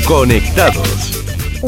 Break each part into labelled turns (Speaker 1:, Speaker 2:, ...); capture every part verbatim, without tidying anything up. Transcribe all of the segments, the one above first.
Speaker 1: Conectados.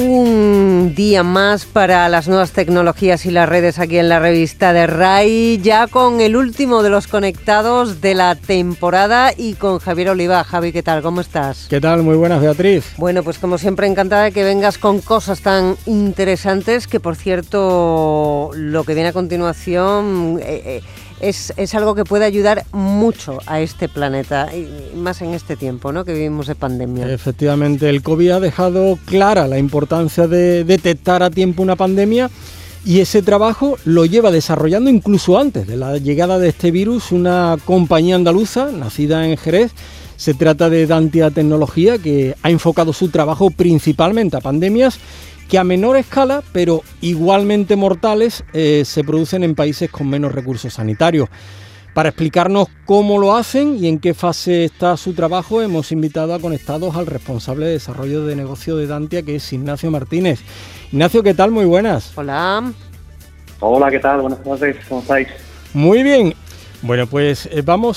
Speaker 2: Un día más para las nuevas tecnologías y las redes aquí en la revista de R A I, ya con el último de los conectados de la temporada y con Javier Oliva. Javi, ¿qué tal? ¿Cómo estás?
Speaker 3: ¿Qué tal? Muy buenas, Beatriz.
Speaker 2: Bueno, pues como siempre, encantada de que vengas con cosas tan interesantes, que por cierto, lo que viene a continuación eh, eh, es, es algo que puede ayudar mucho a este planeta, y más en este tiempo, ¿no?, que vivimos de pandemia.
Speaker 3: Efectivamente, el COVID ha dejado clara la importancia de detectar a tiempo una pandemia, y ese trabajo lo lleva desarrollando incluso antes de la llegada de este virus una compañía andaluza nacida en Jerez. Se trata de Dantia Tecnología, que ha enfocado su trabajo principalmente a pandemias que a menor escala, pero igualmente mortales, eh, se producen en países con menos recursos sanitarios. Para explicarnos cómo lo hacen y en qué fase está su trabajo, hemos invitado a conectados al responsable de desarrollo de negocio de Dantia, que es Ignacio Martínez. Ignacio, ¿qué tal? Muy buenas.
Speaker 2: Hola.
Speaker 4: Hola, ¿qué tal? Buenas tardes, ¿cómo estáis?
Speaker 3: Muy bien. Bueno, pues eh, vamos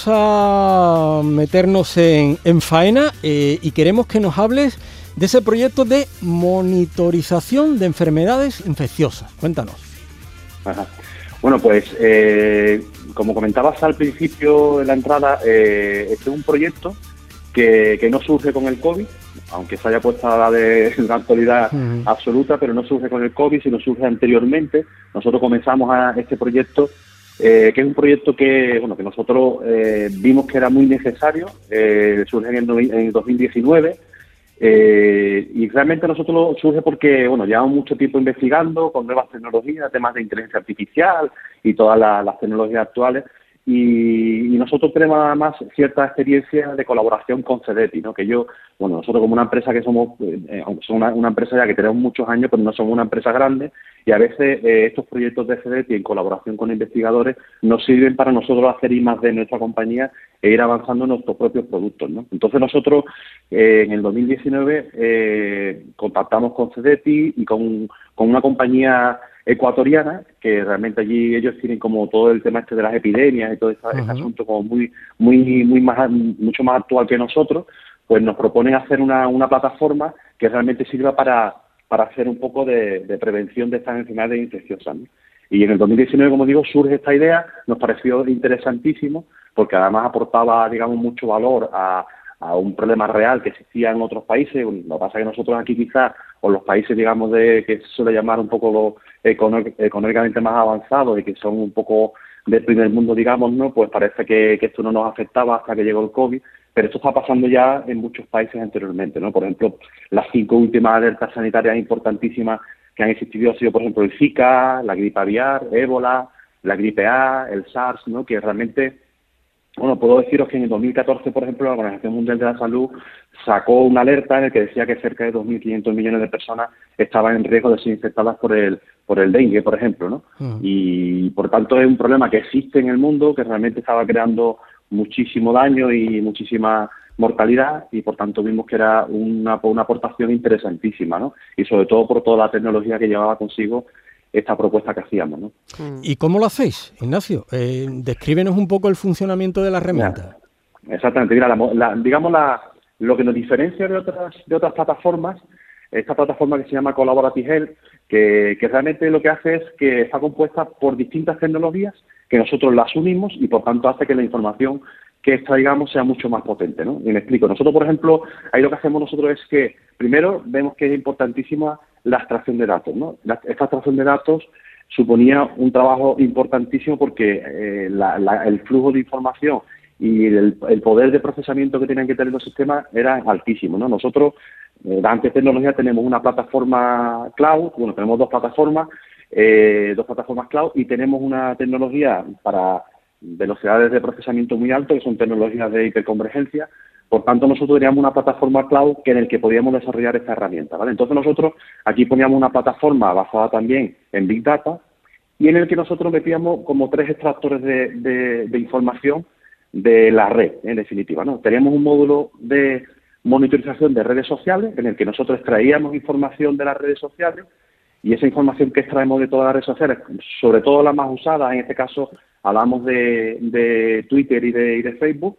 Speaker 3: a meternos en, en faena eh, y queremos que nos hables de ese proyecto de monitorización de enfermedades infecciosas. Cuéntanos.
Speaker 4: Ajá. Bueno, pues eh, como comentabas al principio de la entrada, eh, este es un proyecto que, que no surge con el COVID, aunque se haya puesto a la de la actualidad uh-huh. absoluta, pero no surge con el COVID, sino surge anteriormente. Nosotros comenzamos a este proyecto, eh, que es un proyecto que bueno que nosotros eh, vimos que era muy necesario, eh, surge en el, en el dos mil diecinueve. Eh, y realmente nosotros surge porque bueno llevamos mucho tiempo investigando con nuevas tecnologías, temas de inteligencia artificial y todas la, las tecnologías actuales, y, y nosotros tenemos además cierta experiencia de colaboración con CEDETI, ¿no? Que yo, bueno, nosotros como una empresa que somos, eh, somos una, una empresa ya que tenemos muchos años, pero no somos una empresa grande, y a veces eh, estos proyectos de CEDETI en colaboración con investigadores nos sirven para nosotros hacer I más D en nuestra compañía e ir avanzando en nuestros propios productos, ¿no? Entonces nosotros eh, en el dos mil diecinueve eh, contactamos con CEDETI y con, con una compañía ecuatoriana, que realmente allí ellos tienen como todo el tema este de las epidemias y todo este, uh-huh. este asunto como muy muy muy más mucho más actual que nosotros. Pues nos proponen hacer una, una plataforma que realmente sirva para, para hacer un poco de, de prevención de estas enfermedades infecciosas, ¿no? Y en el dos mil diecinueve, como digo, surge esta idea, nos pareció interesantísimo, porque además aportaba, digamos, mucho valor a, a un problema real que existía en otros países. Lo que pasa es que nosotros aquí quizás, o los países, digamos, de que se suele llamar un poco los económicamente más avanzados y que son un poco del primer mundo, digamos, ¿no? Pues parece que, que esto no nos afectaba hasta que llegó el COVID, pero esto está pasando ya en muchos países anteriormente, ¿no? Por ejemplo, las cinco últimas alertas sanitarias importantísimas que han existido ha sido, por ejemplo, el Zika, la gripe aviar, ébola, la gripe A, el SARS, ¿no? Que realmente, bueno, puedo deciros que en el dos mil catorce, por ejemplo, la Organización Mundial de la Salud sacó una alerta en el que decía que cerca de dos mil quinientos millones de personas estaban en riesgo de ser infectadas por el por el dengue, por ejemplo, ¿no? Uh-huh. Y, por tanto, es un problema que existe en el mundo, que realmente estaba creando muchísimo daño y muchísima mortalidad, y por tanto vimos que era una, una aportación interesantísima, ¿no? Y sobre todo por toda la tecnología que llevaba consigo esta propuesta que hacíamos, ¿no?
Speaker 3: ¿Y cómo lo hacéis, Ignacio? Eh, descríbenos un poco el funcionamiento de la herramienta.
Speaker 4: Mira, exactamente, mira, la, la, digamos la, lo que nos diferencia de otras de otras plataformas, esta plataforma que se llama Collaborative Health, que, que realmente lo que hace es que está compuesta por distintas tecnologías que nosotros las unimos y por tanto hace que la información que extraigamos sea mucho más potente, ¿no? Y me explico. Nosotros, por ejemplo, ahí lo que hacemos nosotros es que, primero, vemos que es importantísima la extracción de datos, ¿no? La, esta extracción de datos suponía un trabajo importantísimo porque eh, la, la, el flujo de información y el, el poder de procesamiento que tenían que tener los sistemas era altísimo, ¿no? Nosotros, eh, Dantia Tecnología, tenemos una plataforma cloud, bueno, tenemos dos plataformas, eh, dos plataformas cloud, y tenemos una tecnología para velocidades de procesamiento muy altas, que son tecnologías de hiperconvergencia. Por tanto, nosotros teníamos una plataforma cloud que en el que podíamos desarrollar esta herramienta, ¿vale? Entonces nosotros aquí poníamos una plataforma basada también en Big Data y en el que nosotros metíamos como tres extractores de, de, de información de la red, en definitiva, ¿no? Teníamos un módulo de monitorización de redes sociales en el que nosotros extraíamos información de las redes sociales, y esa información que extraemos de todas las redes sociales, sobre todo las más usadas, en este caso hablamos de, de Twitter y de, y de Facebook,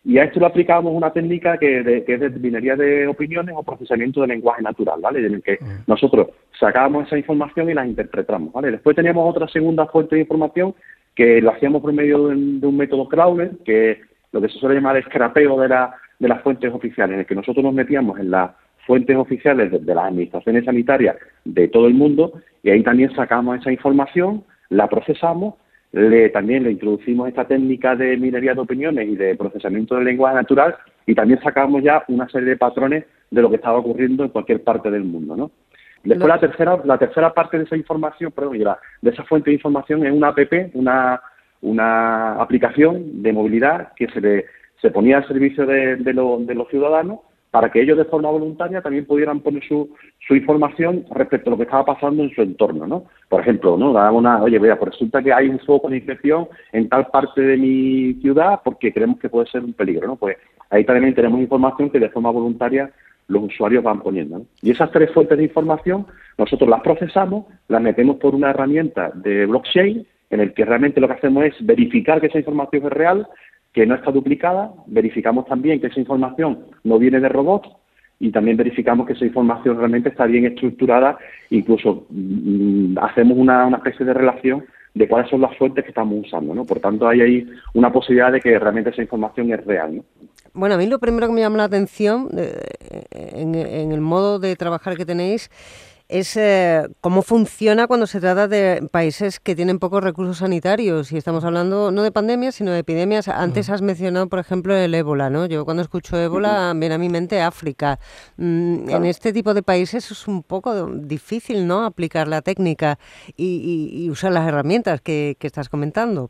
Speaker 4: Y a esto le aplicábamos una técnica que, de, que es de minería de opiniones o procesamiento de lenguaje natural, ¿vale? En el que nosotros sacábamos esa información y la interpretamos, ¿vale? Después teníamos otra segunda fuente de información que lo hacíamos por medio de un, de un método crawler, que lo que se suele llamar escrapeo de, la, de las fuentes oficiales, en el que nosotros nos metíamos en las fuentes oficiales de, de las administraciones sanitarias de todo el mundo y ahí también sacamos esa información, la procesamos. Le, también le introducimos esta técnica de minería de opiniones y de procesamiento del lenguaje natural y también sacamos ya una serie de patrones de lo que estaba ocurriendo en cualquier parte del mundo, ¿no? Después la tercera la tercera parte de esa información, perdón, de esa fuente de información es una app, una una aplicación de movilidad que se le, se ponía al servicio de, de, lo, de los ciudadanos para que ellos de forma voluntaria también pudieran poner su, su información respecto a lo que estaba pasando en su entorno, ¿no? Por ejemplo, ¿no? Daba una, oye, vea, pues resulta que hay un foco de infección en tal parte de mi ciudad porque creemos que puede ser un peligro, ¿no? Pues ahí también tenemos información que de forma voluntaria los usuarios van poniendo, ¿no? Y esas tres fuentes de información nosotros las procesamos, las metemos por una herramienta de blockchain en el que realmente lo que hacemos es verificar que esa información es real, que no está duplicada, verificamos también que esa información no viene de robots y también verificamos que esa información realmente está bien estructurada, incluso mmm, hacemos una, una especie de relación de cuáles son las fuentes que estamos usando, ¿no? Por tanto, hay ahí una posibilidad de que realmente esa información es real, ¿no?
Speaker 2: Bueno, a mí lo primero que me llama la atención eh, en, en el modo de trabajar que tenéis es eh, cómo funciona cuando se trata de países que tienen pocos recursos sanitarios. Y estamos hablando no de pandemias, sino de epidemias. Antes has mencionado, por ejemplo, el ébola, ¿no? Yo cuando escucho ébola, viene a mi mente África. Mm, claro. En este tipo de países es un poco difícil, ¿no?, aplicar la técnica y, y, y usar las herramientas que, que estás comentando.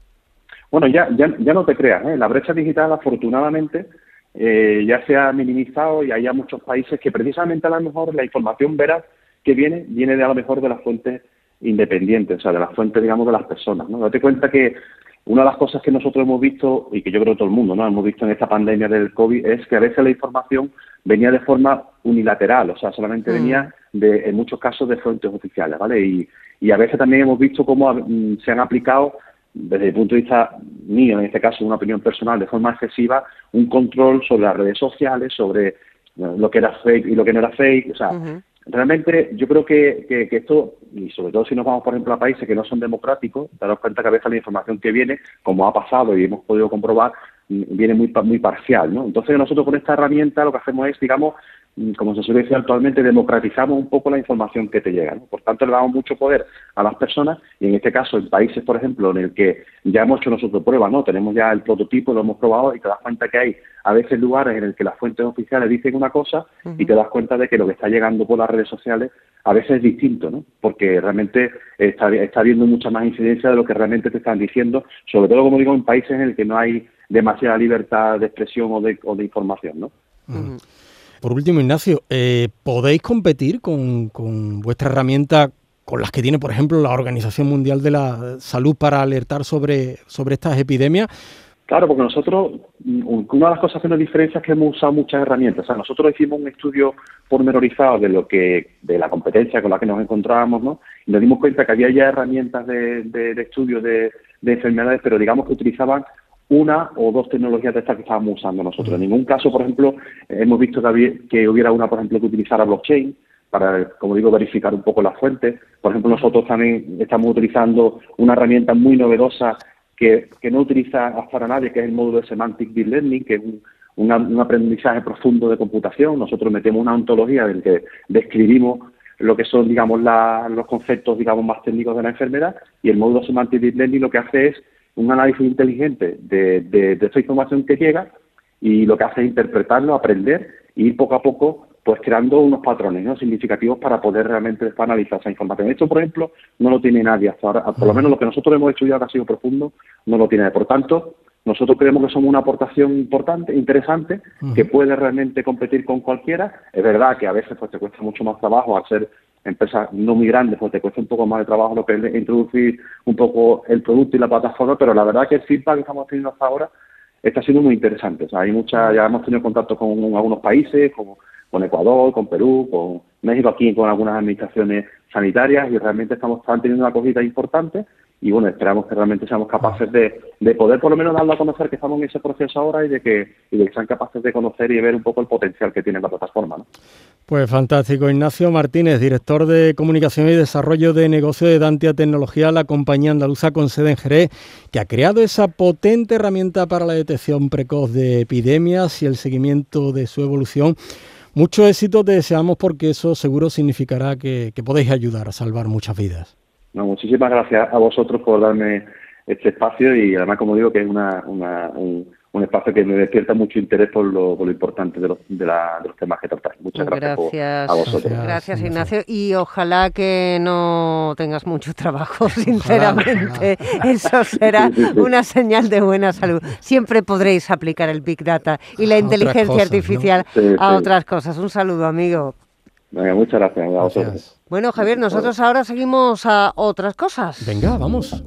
Speaker 4: Bueno, ya, ya, ya no te creas, ¿eh? La brecha digital, afortunadamente, eh, ya se ha minimizado y hay ya muchos países que precisamente a lo mejor la información veraz que viene, viene de a lo mejor de las fuentes independientes, o sea, de las fuentes, digamos, de las personas, ¿no? Date cuenta que una de las cosas que nosotros hemos visto, y que yo creo que todo el mundo, ¿no?, hemos visto en esta pandemia del COVID, es que a veces la información venía de forma unilateral, o sea, solamente mm. venía, de, en muchos casos, de fuentes oficiales, ¿vale? Y, y a veces también hemos visto cómo um, se han aplicado, desde el punto de vista mío, en este caso, una opinión personal, de forma excesiva, un control sobre las redes sociales, sobre uh, lo que era fake y lo que no era fake, o sea, uh-huh. Realmente yo creo que, que, que esto, y sobre todo si nos vamos, por ejemplo, a países que no son democráticos, daros cuenta que a veces la información que viene, como ha pasado y hemos podido comprobar, viene muy muy parcial, ¿no? Entonces nosotros con esta herramienta lo que hacemos es, digamos, como se suele decir actualmente, democratizamos un poco la información que te llega, ¿no? Por tanto, le damos mucho poder a las personas y en este caso, en países, por ejemplo, en el que ya hemos hecho nosotros pruebas, ¿no? Tenemos ya el prototipo, lo hemos probado y te das cuenta que hay a veces lugares en el que las fuentes oficiales dicen una cosa uh-huh. y te das cuenta de que lo que está llegando por las redes sociales a veces es distinto, ¿no? Porque realmente está, está habiendo mucha más incidencia de lo que realmente te están diciendo, sobre todo, como digo, en países en el que no hay demasiada libertad de expresión o de, o de información, ¿no?
Speaker 3: Uh-huh. Por último, Ignacio, eh, ¿podéis competir con, con vuestra herramienta con las que tiene, por ejemplo, la Organización Mundial de la Salud para alertar sobre, sobre estas epidemias?
Speaker 4: Claro, porque nosotros, una de las cosas que nos diferencia es que hemos usado muchas herramientas. O sea, nosotros hicimos un estudio pormenorizado de lo que, de la competencia con la que nos encontrábamos, ¿no? Y nos dimos cuenta que había ya herramientas de, de, de estudio de, de enfermedades, pero digamos que utilizaban una o dos tecnologías de estas que estábamos usando nosotros. En ningún caso, por ejemplo, hemos visto que, había, que hubiera una, por ejemplo, que utilizara blockchain para, como digo, verificar un poco las fuentes. Por ejemplo, nosotros también estamos utilizando una herramienta muy novedosa que, que no utiliza para nadie, que es el módulo de Semantic Deep Learning, que es un, una, un aprendizaje profundo de computación. Nosotros metemos una ontología en la que describimos lo que son, digamos, la, los conceptos, digamos, más técnicos de la enfermedad, y el módulo Semantic Deep Learning lo que hace es un análisis inteligente de, de, de esta información que llega y lo que hace es interpretarlo, aprender y ir poco a poco pues creando unos patrones, ¿no?, significativos para poder realmente después analizar esa información. Esto, por ejemplo, no lo tiene nadie hasta ahora, por lo menos lo que nosotros hemos estudiado que ha sido profundo, no lo tiene. Por tanto, nosotros creemos que somos una aportación importante, interesante, uh-huh. que puede realmente competir con cualquiera. Es verdad que a veces pues te cuesta mucho más trabajo al ser empresas no muy grandes, pues te cuesta un poco más de trabajo lo que es introducir un poco el producto y la plataforma, pero la verdad que el feedback que estamos teniendo hasta ahora está siendo muy interesante. O sea, hay mucha, ya hemos tenido contacto con algunos países, como con Ecuador, con Perú, con México, aquí con algunas administraciones sanitarias, y realmente estamos, están teniendo una acogida importante y bueno, esperamos que realmente seamos capaces de, de poder por lo menos darlo a conocer que estamos en ese proceso ahora y de que, y de que sean capaces de conocer y de ver un poco el potencial que tiene la plataforma, ¿no?
Speaker 3: Pues fantástico. Ignacio Martínez, director de Comunicación y Desarrollo de Negocio de Dantia Tecnología, la compañía andaluza con sede en Jerez, que ha creado esa potente herramienta para la detección precoz de epidemias y el seguimiento de su evolución. Mucho éxito te deseamos, porque eso seguro significará que, que podéis ayudar a salvar muchas vidas.
Speaker 4: No, muchísimas gracias a vosotros por darme este espacio y además, como digo, que es una, una, un, un espacio que me despierta mucho interés por lo, por lo importante de los, de, la, de los temas que tratáis. Muchas gracias,
Speaker 2: gracias
Speaker 4: por, a vosotros.
Speaker 2: Gracias, gracias, Ignacio, y ojalá que no tengas mucho trabajo, sinceramente. Ojalá. Eso será sí, sí, sí. una señal de buena salud. Siempre podréis aplicar el Big Data y la a inteligencia cosas, artificial ¿no? sí, a sí. otras cosas. Un saludo, amigo.
Speaker 4: Venga, muchas gracias a vosotros. Gracias.
Speaker 2: Bueno, Javier, nosotros ahora seguimos a otras cosas.
Speaker 3: Venga, vamos.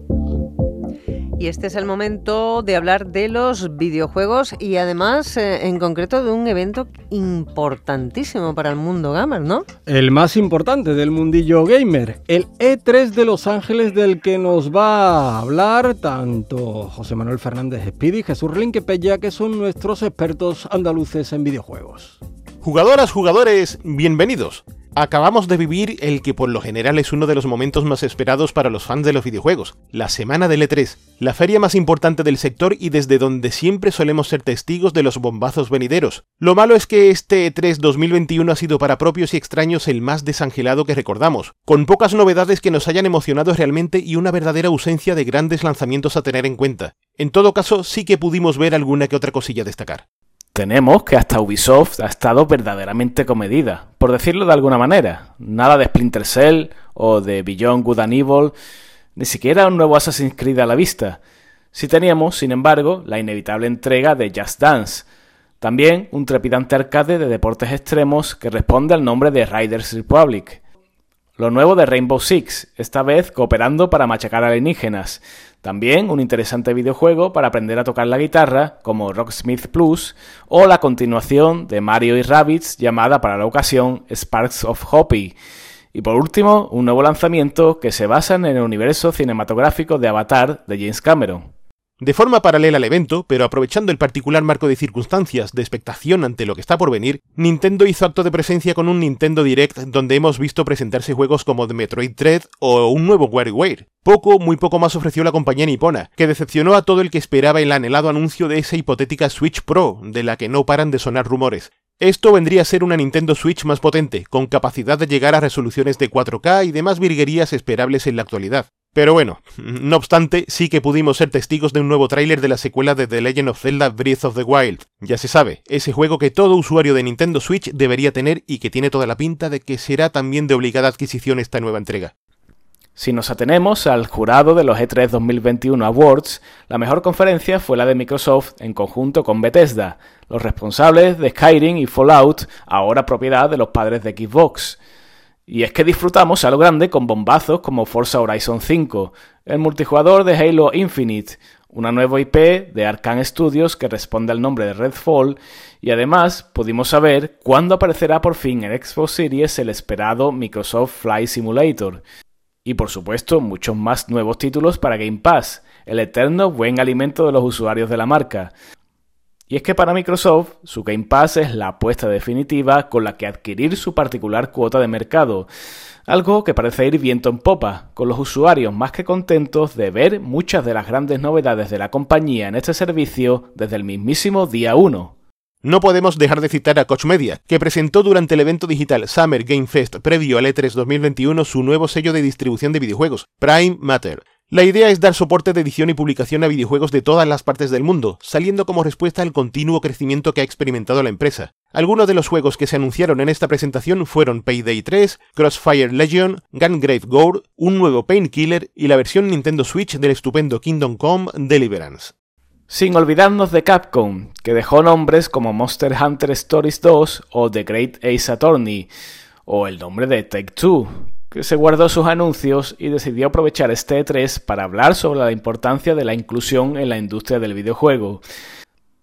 Speaker 2: Y este es el momento de hablar de los videojuegos y además, eh, en concreto, de un evento importantísimo para el mundo gamer, ¿no?
Speaker 3: El más importante del mundillo gamer, el E tres de Los Ángeles, del que nos va a hablar tanto José Manuel Fernández Speedy y Jesús Rinquepella, que son nuestros expertos andaluces en videojuegos.
Speaker 1: Jugadoras, jugadores, bienvenidos. Acabamos de vivir el que por lo general es uno de los momentos más esperados para los fans de los videojuegos, la semana del E tres, la feria más importante del sector y desde donde siempre solemos ser testigos de los bombazos venideros. Lo malo es que este E tres dos mil veintiuno ha sido para propios y extraños el más desangelado que recordamos, con pocas novedades que nos hayan emocionado realmente y una verdadera ausencia de grandes lanzamientos a tener en cuenta. En todo caso, sí que pudimos ver alguna que otra cosilla a destacar.
Speaker 5: Tenemos que hasta Ubisoft ha estado verdaderamente comedida, por decirlo de alguna manera. Nada de Splinter Cell o de Beyond Good and Evil, ni siquiera un nuevo Assassin's Creed a la vista. Sí teníamos, sin embargo, la inevitable entrega de Just Dance. También un trepidante arcade de deportes extremos que responde al nombre de Riders Republic. Lo nuevo de Rainbow Six, esta vez cooperando para machacar alienígenas. También un interesante videojuego para aprender a tocar la guitarra, como Rocksmith Plus, o la continuación de Mario y Rabbids, llamada para la ocasión Sparks of Hope. Y por último, un nuevo lanzamiento que se basa en el universo cinematográfico de Avatar de James Cameron.
Speaker 1: De forma paralela al evento, pero aprovechando el particular marco de circunstancias de expectación ante lo que está por venir, Nintendo hizo acto de presencia con un Nintendo Direct donde hemos visto presentarse juegos como The Metroid Dread o un nuevo WarioWare. Poco, muy poco más ofreció la compañía nipona, que decepcionó a todo el que esperaba el anhelado anuncio de esa hipotética Switch Pro, de la que no paran de sonar rumores. Esto vendría a ser una Nintendo Switch más potente, con capacidad de llegar a resoluciones de cuatro K y demás virguerías esperables en la actualidad. Pero bueno, no obstante, sí que pudimos ser testigos de un nuevo tráiler de la secuela de The Legend of Zelda Breath of the Wild. Ya se sabe, ese juego que todo usuario de Nintendo Switch debería tener y que tiene toda la pinta de que será también de obligada adquisición esta nueva entrega.
Speaker 5: Si nos atenemos al jurado de los E tres dos mil veintiuno Awards, la mejor conferencia fue la de Microsoft en conjunto con Bethesda, los responsables de Skyrim y Fallout, ahora propiedad de los padres de Xbox. Y es que disfrutamos a lo grande con bombazos como Forza Horizon cinco, el multijugador de Halo Infinite, una nueva I P de Arkane Studios que responde al nombre de Redfall, y además pudimos saber cuándo aparecerá por fin en Xbox Series el esperado Microsoft Flight Simulator. Y por supuesto muchos más nuevos títulos para Game Pass, el eterno buen alimento de los usuarios de la marca. Y es que para Microsoft, su Game Pass es la apuesta definitiva con la que adquirir su particular cuota de mercado, algo que parece ir viento en popa, con los usuarios más que contentos de ver muchas de las grandes novedades de la compañía en este servicio desde el mismísimo día uno.
Speaker 1: No podemos dejar de citar a Koch Media, que presentó durante el evento digital Summer Game Fest previo al E tres dos mil veintiuno su nuevo sello de distribución de videojuegos, Prime Matter. La idea es dar soporte de edición y publicación a videojuegos de todas las partes del mundo, saliendo como respuesta al continuo crecimiento que ha experimentado la empresa. Algunos de los juegos que se anunciaron en esta presentación fueron Payday tres, Crossfire Legion, Gungrave Gore, un nuevo Painkiller y la versión Nintendo Switch del estupendo Kingdom Come Deliverance.
Speaker 5: Sin olvidarnos de Capcom, que dejó nombres como Monster Hunter Stories dos o The Great Ace Attorney, o el nombre de Take-Two, que se guardó sus anuncios y decidió aprovechar este E tres para hablar sobre la importancia de la inclusión en la industria del videojuego.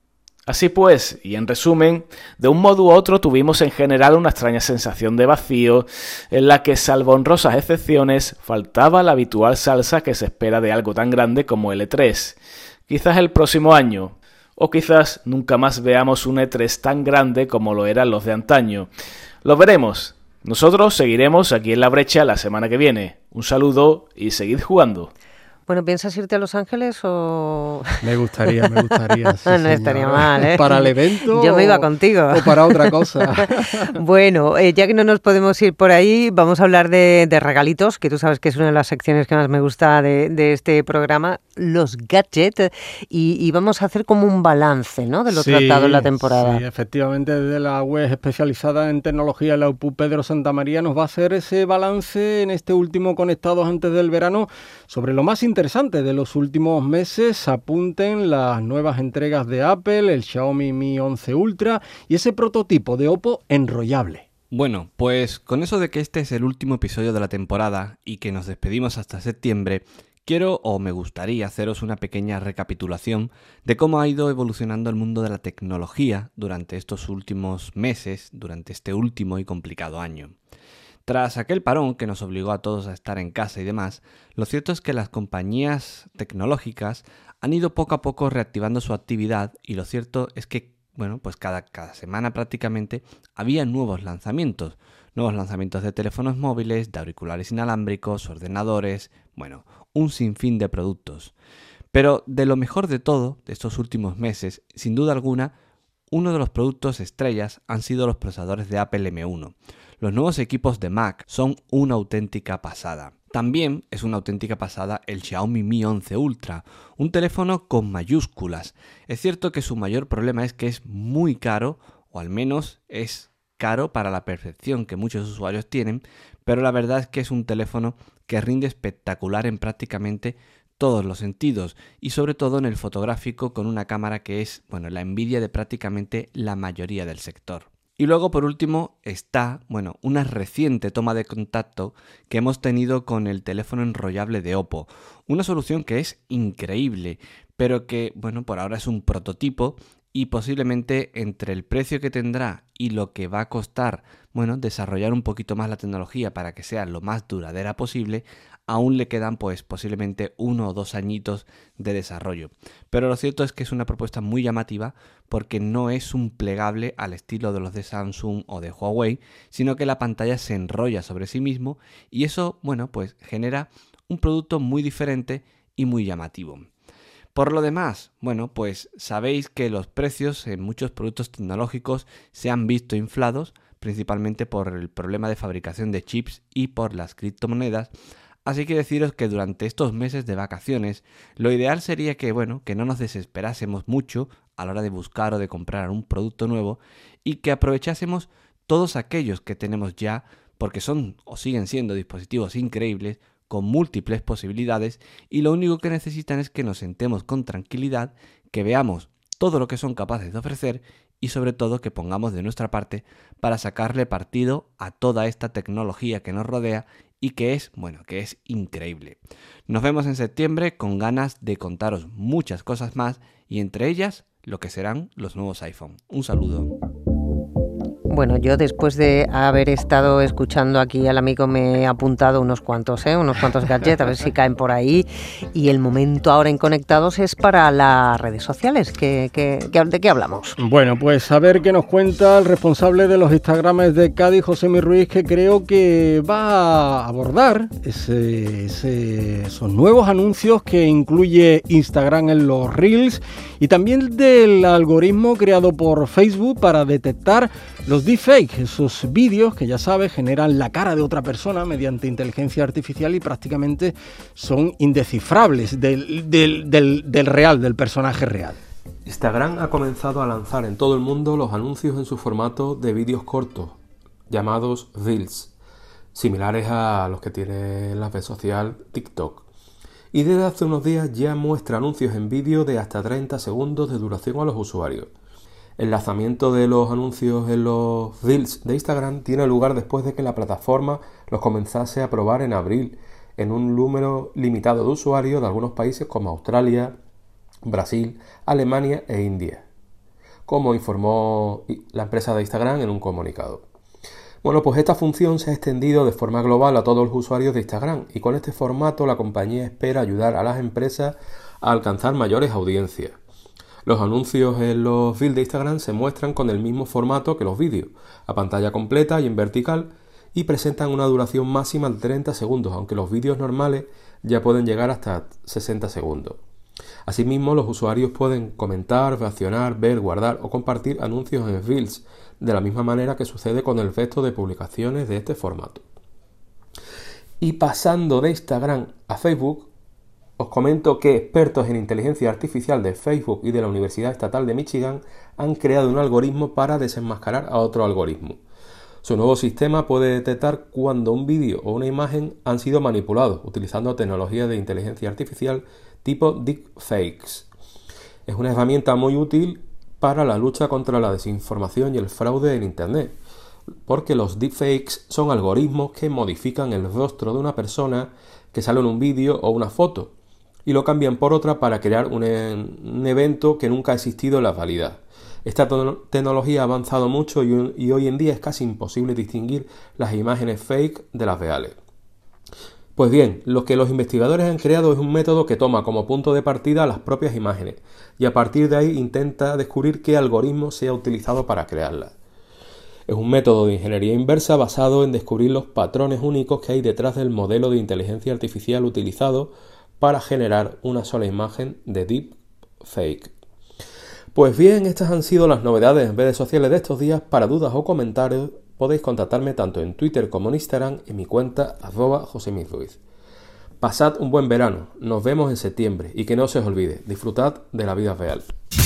Speaker 5: Así pues, y en resumen, de un modo u otro tuvimos en general una extraña sensación de vacío en la que, salvo honrosas excepciones, faltaba la habitual salsa que se espera de algo tan grande como el E tres. Quizás el próximo año, o quizás nunca más veamos un E tres tan grande como lo eran los de antaño. Lo veremos. Nosotros seguiremos aquí en La Brecha la semana que viene. Un saludo y seguid jugando.
Speaker 2: Bueno, ¿piensas irte a Los Ángeles o...?
Speaker 3: Me gustaría, me gustaría. Sí,
Speaker 2: no
Speaker 3: señora.
Speaker 2: Estaría mal, ¿eh?
Speaker 3: ¿Para el evento?
Speaker 2: Yo me iba contigo.
Speaker 3: ¿O para otra cosa?
Speaker 2: Bueno, eh, ya que no nos podemos ir por ahí, vamos a hablar de, de regalitos, que tú sabes que es una de las secciones que más me gusta de, de este programa, los gadgets, y, y vamos a hacer como un balance, ¿no?, de lo
Speaker 3: sí,
Speaker 2: tratado en la temporada.
Speaker 3: Sí, efectivamente, desde la web especializada en tecnología, la U P U Pedro Santamaría nos va a hacer ese balance en este último Conectados antes del verano sobre lo más interesante interesante de los últimos meses. Apunten las nuevas entregas de Apple, el Xiaomi Mi once Ultra y ese prototipo de Oppo enrollable.
Speaker 6: Bueno, pues con eso de que este es el último episodio de la temporada y que nos despedimos hasta septiembre, quiero o me gustaría haceros una pequeña recapitulación de cómo ha ido evolucionando el mundo de la tecnología durante estos últimos meses, durante este último y complicado año. Tras aquel parón que nos obligó a todos a estar en casa y demás, lo cierto es que las compañías tecnológicas han ido poco a poco reactivando su actividad y lo cierto es que, bueno, pues cada, cada semana prácticamente había nuevos lanzamientos. Nuevos lanzamientos de teléfonos móviles, de auriculares inalámbricos, ordenadores, bueno, un sinfín de productos. Pero de lo mejor de todo, de estos últimos meses, sin duda alguna, uno de los productos estrellas han sido los procesadores de Apple M uno. Los nuevos equipos de Mac son una auténtica pasada. También es una auténtica pasada el Xiaomi Mi once Ultra, un teléfono con mayúsculas. Es cierto que su mayor problema es que es muy caro, o al menos es caro para la percepción que muchos usuarios tienen, pero la verdad es que es un teléfono que rinde espectacular en prácticamente todos los sentidos y sobre todo en el fotográfico con una cámara que es, bueno, la envidia de prácticamente la mayoría del sector. Y luego, por último, está, bueno, una reciente toma de contacto que hemos tenido con el teléfono enrollable de Oppo. Una solución que es increíble, pero que, bueno, por ahora es un prototipo y posiblemente entre el precio que tendrá y lo que va a costar, bueno, desarrollar un poquito más la tecnología para que sea lo más duradera posible, aún le quedan pues posiblemente uno o dos añitos de desarrollo. Pero lo cierto es que es una propuesta muy llamativa porque no es un plegable al estilo de los de Samsung o de Huawei, sino que la pantalla se enrolla sobre sí mismo y eso, bueno, pues genera un producto muy diferente y muy llamativo. Por lo demás, bueno, pues sabéis que los precios en muchos productos tecnológicos se han visto inflados, principalmente por el problema de fabricación de chips y por las criptomonedas. Así que deciros que durante estos meses de vacaciones, lo ideal sería que, bueno, que no nos desesperásemos mucho a la hora de buscar o de comprar un producto nuevo y que aprovechásemos todos aquellos que tenemos ya, porque son o siguen siendo dispositivos increíbles, con múltiples posibilidades y lo único que necesitan es que nos sentemos con tranquilidad, que veamos todo lo que son capaces de ofrecer y sobre todo que pongamos de nuestra parte para sacarle partido a toda esta tecnología que nos rodea y que es, bueno, que es increíble. Nos vemos en septiembre con ganas de contaros muchas cosas más y entre ellas lo que serán los nuevos iPhone. Un saludo.
Speaker 2: Bueno, yo después de haber estado escuchando aquí al amigo me he apuntado unos cuantos, ¿eh? unos cuantos gadgets, a ver si caen por ahí. Y el momento ahora en Conectados es para las redes sociales. ¿Qué, qué, qué, ¿De qué hablamos?
Speaker 3: Bueno, pues a ver qué nos cuenta el responsable de los Instagrames de Cádiz, Josemi Ruiz, que creo que va a abordar ese, ese, esos nuevos anuncios que incluye Instagram en los Reels y también del algoritmo creado por Facebook para detectar los deepfakes, esos vídeos que ya sabes generan la cara de otra persona mediante inteligencia artificial y prácticamente son indescifrables del, del, del, del real, del personaje real.
Speaker 7: Instagram ha comenzado a lanzar en todo el mundo los anuncios en su formato de vídeos cortos, llamados Reels, similares a los que tiene la red social TikTok. Y desde hace unos días ya muestra anuncios en vídeo de hasta treinta segundos de duración a los usuarios. El lanzamiento de los anuncios en los Reels de Instagram tiene lugar después de que la plataforma los comenzase a probar en abril en un número limitado de usuarios de algunos países como Australia, Brasil, Alemania e India. como informó la empresa de Instagram en un comunicado. Bueno, pues esta función se ha extendido de forma global a todos los usuarios de Instagram y con este formato la compañía espera ayudar a las empresas a alcanzar mayores audiencias. Los anuncios en los feeds de Instagram se muestran con el mismo formato que los vídeos, a pantalla completa y en vertical, y presentan una duración máxima de treinta segundos, aunque los vídeos normales ya pueden llegar hasta sesenta segundos. Asimismo, los usuarios pueden comentar, reaccionar, ver, guardar o compartir anuncios en Reels, de la misma manera que sucede con el resto de publicaciones de este formato. Y pasando de Instagram a Facebook, os comento que expertos en inteligencia artificial de Facebook y de la Universidad Estatal de Michigan han creado un algoritmo para desenmascarar a otro algoritmo. Su nuevo sistema puede detectar cuando un vídeo o una imagen han sido manipulados utilizando tecnología de inteligencia artificial tipo deepfakes. Es una herramienta muy útil para la lucha contra la desinformación y el fraude en Internet, porque los deepfakes son algoritmos que modifican el rostro de una persona que sale en un vídeo o una foto y lo cambian por otra para crear un, un evento que nunca ha existido en la realidad. Esta tecnología ha avanzado mucho y, y hoy en día es casi imposible distinguir las imágenes fake de las reales. Pues bien, lo que los investigadores han creado es un método que toma como punto de partida las propias imágenes y a partir de ahí intenta descubrir qué algoritmo se ha utilizado para crearlas. Es un método de ingeniería inversa basado en descubrir los patrones únicos que hay detrás del modelo de inteligencia artificial utilizado para generar una sola imagen de deepfake. Pues bien, estas han sido las novedades en redes sociales de estos días. Para dudas o comentarios podéis contactarme tanto en Twitter como en Instagram en mi cuenta arroba josemizruiz. Pasad un buen verano, nos vemos en septiembre y que no se os olvide, disfrutad de la vida real.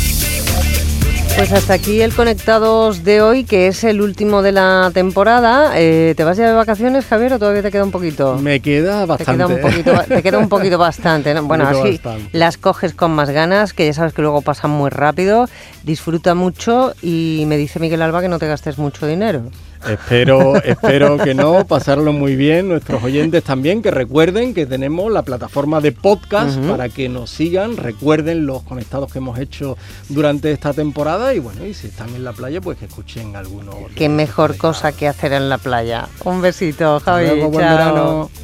Speaker 2: Pues hasta aquí el Conectados de hoy, que es el último de la temporada. Eh, ¿Te vas ya de vacaciones, Javier, o todavía te queda un poquito?
Speaker 3: Me queda bastante.
Speaker 2: Te queda un poquito, te queda un poquito bastante, ¿no? Bueno, así bastante. Las coges con más ganas, que ya sabes que luego pasan muy rápido. Disfruta mucho y me dice Miguel Alba que no te gastes mucho dinero.
Speaker 3: Espero, espero que no, pasarlo muy bien, nuestros oyentes también, que recuerden que tenemos la plataforma de podcast uh-huh. para que nos sigan, recuerden los conectados que hemos hecho durante esta temporada y bueno, y si están en la playa, pues que escuchen algunos.
Speaker 2: Qué mejor cosa que hacer en la playa. Un besito, Javi.
Speaker 3: Luego, buen verano.